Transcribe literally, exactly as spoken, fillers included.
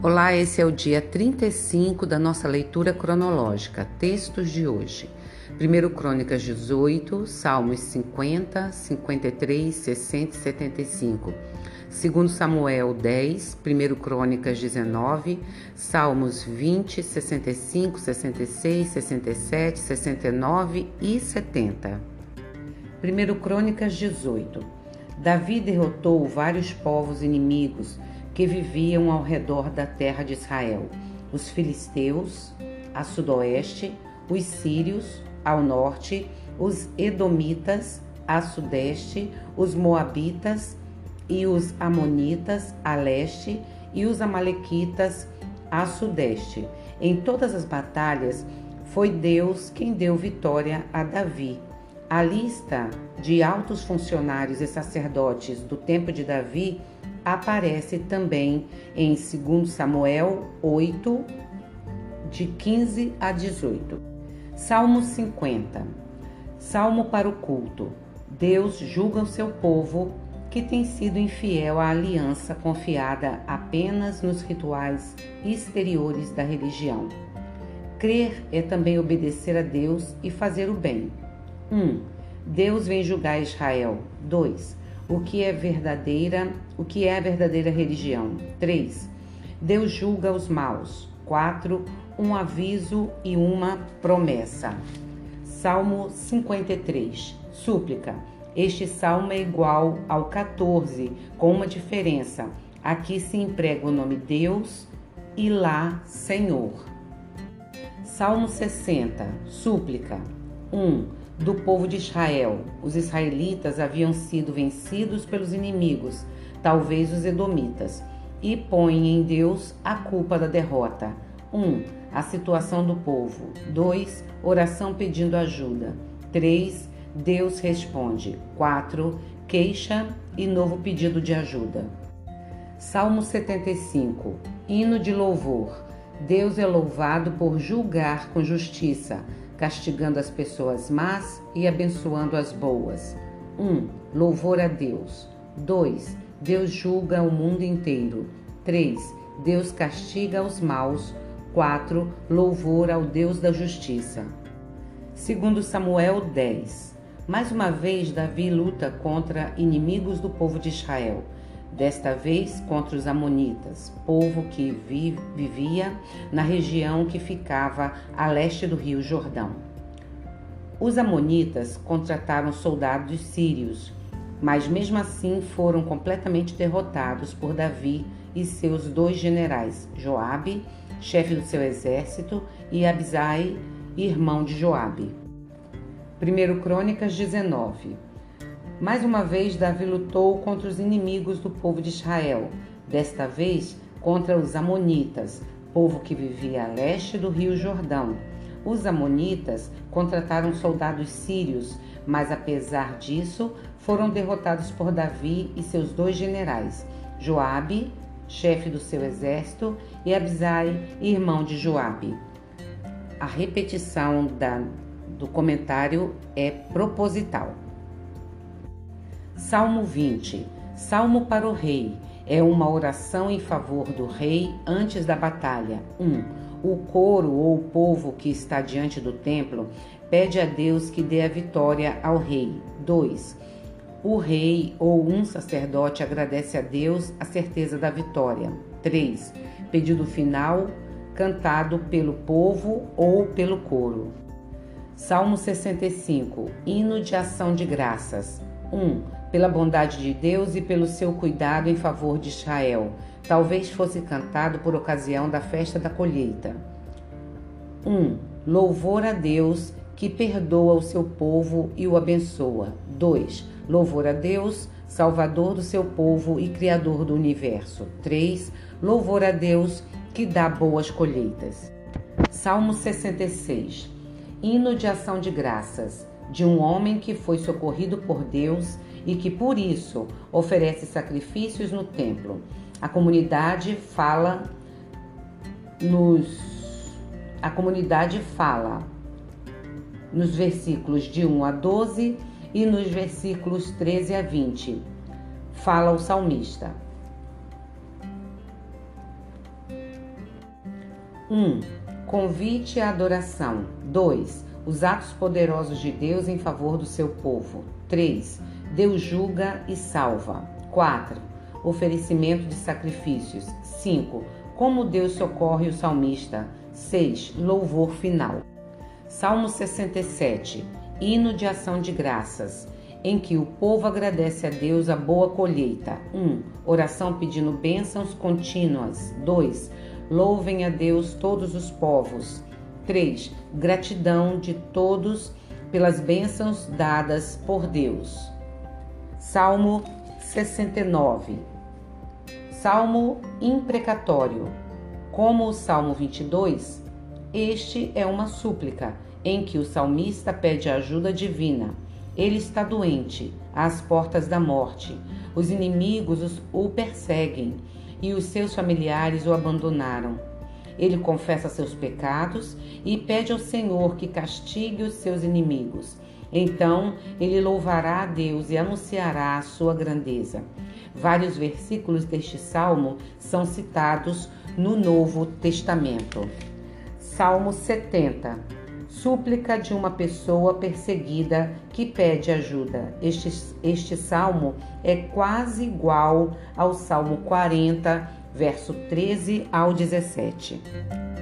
Olá, esse é o dia trinta e cinco da nossa leitura cronológica. Textos de hoje. primeiro Crônicas dezoito, Salmos cinquenta, cinquenta e três, sessenta e setenta e cinco. segundo Samuel dez, primeiro Crônicas dezenove, Salmos vinte, sessenta e cinco, sessenta e seis, sessenta e sete, sessenta e nove e setenta. primeiro Crônicas dezoito. Davi derrotou vários povos inimigos que viviam ao redor da terra de Israel: os filisteus, a sudoeste, os sírios, ao norte, os edomitas, a sudeste, os moabitas e os amonitas, a leste, e os amalequitas, a sudeste. Em todas as batalhas, foi Deus quem deu vitória a Davi. A lista de altos funcionários e sacerdotes do tempo de Davi aparece também em segundo Samuel oito, de quinze a dezoito. Salmo cinquenta. Salmo para o culto. Deus julga o seu povo, que tem sido infiel à aliança confiada apenas nos rituais exteriores da religião. Crer é também obedecer a Deus e fazer o bem. um. Deus vem julgar Israel. dois. O que é verdadeira, o que é a verdadeira religião? três. Deus julga os maus. quatro. Um aviso e uma promessa. Salmo cinquenta e três. Súplica. Este salmo é igual ao quatorze, com uma diferença. Aqui se emprega o nome Deus e lá Senhor. Salmo sessenta. Súplica. um. Do povo de Israel. Os israelitas haviam sido vencidos pelos inimigos, talvez os edomitas, e põem em Deus a culpa da derrota. um. A situação do povo. dois. Oração pedindo ajuda. três. Deus responde. quatro. Queixa e novo pedido de ajuda. Salmo setenta e cinco. Hino de louvor. Deus é louvado por julgar com justiça, castigando as pessoas más e abençoando as boas. um. Louvor a Deus. dois. Deus julga o mundo inteiro. três. Deus castiga os maus. quatro. Louvor ao Deus da justiça. segundo Samuel dez. Mais uma vez, Davi luta contra inimigos do povo de Israel. Desta vez contra os amonitas, povo que vi, vivia na região que ficava a leste do rio Jordão. Os amonitas contrataram soldados sírios, mas mesmo assim foram completamente derrotados por Davi e seus dois generais, Joabe, chefe do seu exército, e Abisai, irmão de Joabe. primeiro Crônicas dezenove. Mais uma vez, Davi lutou contra os inimigos do povo de Israel, desta vez contra os amonitas, povo que vivia a leste do rio Jordão. Os amonitas contrataram soldados sírios, mas apesar disso, foram derrotados por Davi e seus dois generais, Joabe, chefe do seu exército, e Abisai, irmão de Joabe. A repetição da, do comentário é proposital. Salmo vinte. Salmo para o rei. É uma oração em favor do rei antes da batalha. um. O coro ou o povo que está diante do templo pede a Deus que dê a vitória ao rei. dois. O rei ou um sacerdote agradece a Deus a certeza da vitória. três. Pedido final cantado pelo povo ou pelo coro. Salmo sessenta e cinco. Hino de ação de graças. um. Pela bondade de Deus e pelo seu cuidado em favor de Israel. Talvez fosse cantado por ocasião da festa da colheita. um. Louvor a Deus que perdoa o seu povo e o abençoa. dois. Louvor a Deus, Salvador do seu povo e Criador do universo. três. Louvor a Deus que dá boas colheitas. Salmo sessenta e seis. Hino de ação de graças, de um homem que foi socorrido por Deus e que, por isso, oferece sacrifícios no templo. A comunidade fala nos a comunidade fala nos versículos de um a doze e nos versículos treze a vinte. Fala o salmista. um. Convite à adoração. dois. Os atos poderosos de Deus em favor do seu povo. três. Deus julga e salva. quatro. Oferecimento de sacrifícios. cinco. Como Deus socorre o salmista. seis. Louvor final. Salmo sessenta e sete. Hino de ação de graças, em que o povo agradece a Deus a boa colheita. um. Oração pedindo bênçãos contínuas. dois. Louvem a Deus todos os povos. três. Gratidão de todos pelas bênçãos dadas por Deus. Salmo sessenta e nove. Salmo imprecatório. Como o Salmo vinte e dois, este é uma súplica em que o salmista pede ajuda divina. Ele está doente, às portas da morte. Os inimigos o perseguem e os seus familiares o abandonaram. Ele confessa seus pecados e pede ao Senhor que castigue os seus inimigos. Então ele louvará a Deus e anunciará a sua grandeza. Vários versículos deste salmo são citados no Novo Testamento. Salmo setenta. Súplica de uma pessoa perseguida que pede ajuda. Este, este salmo é quase igual ao Salmo quarenta, verso treze ao dezessete.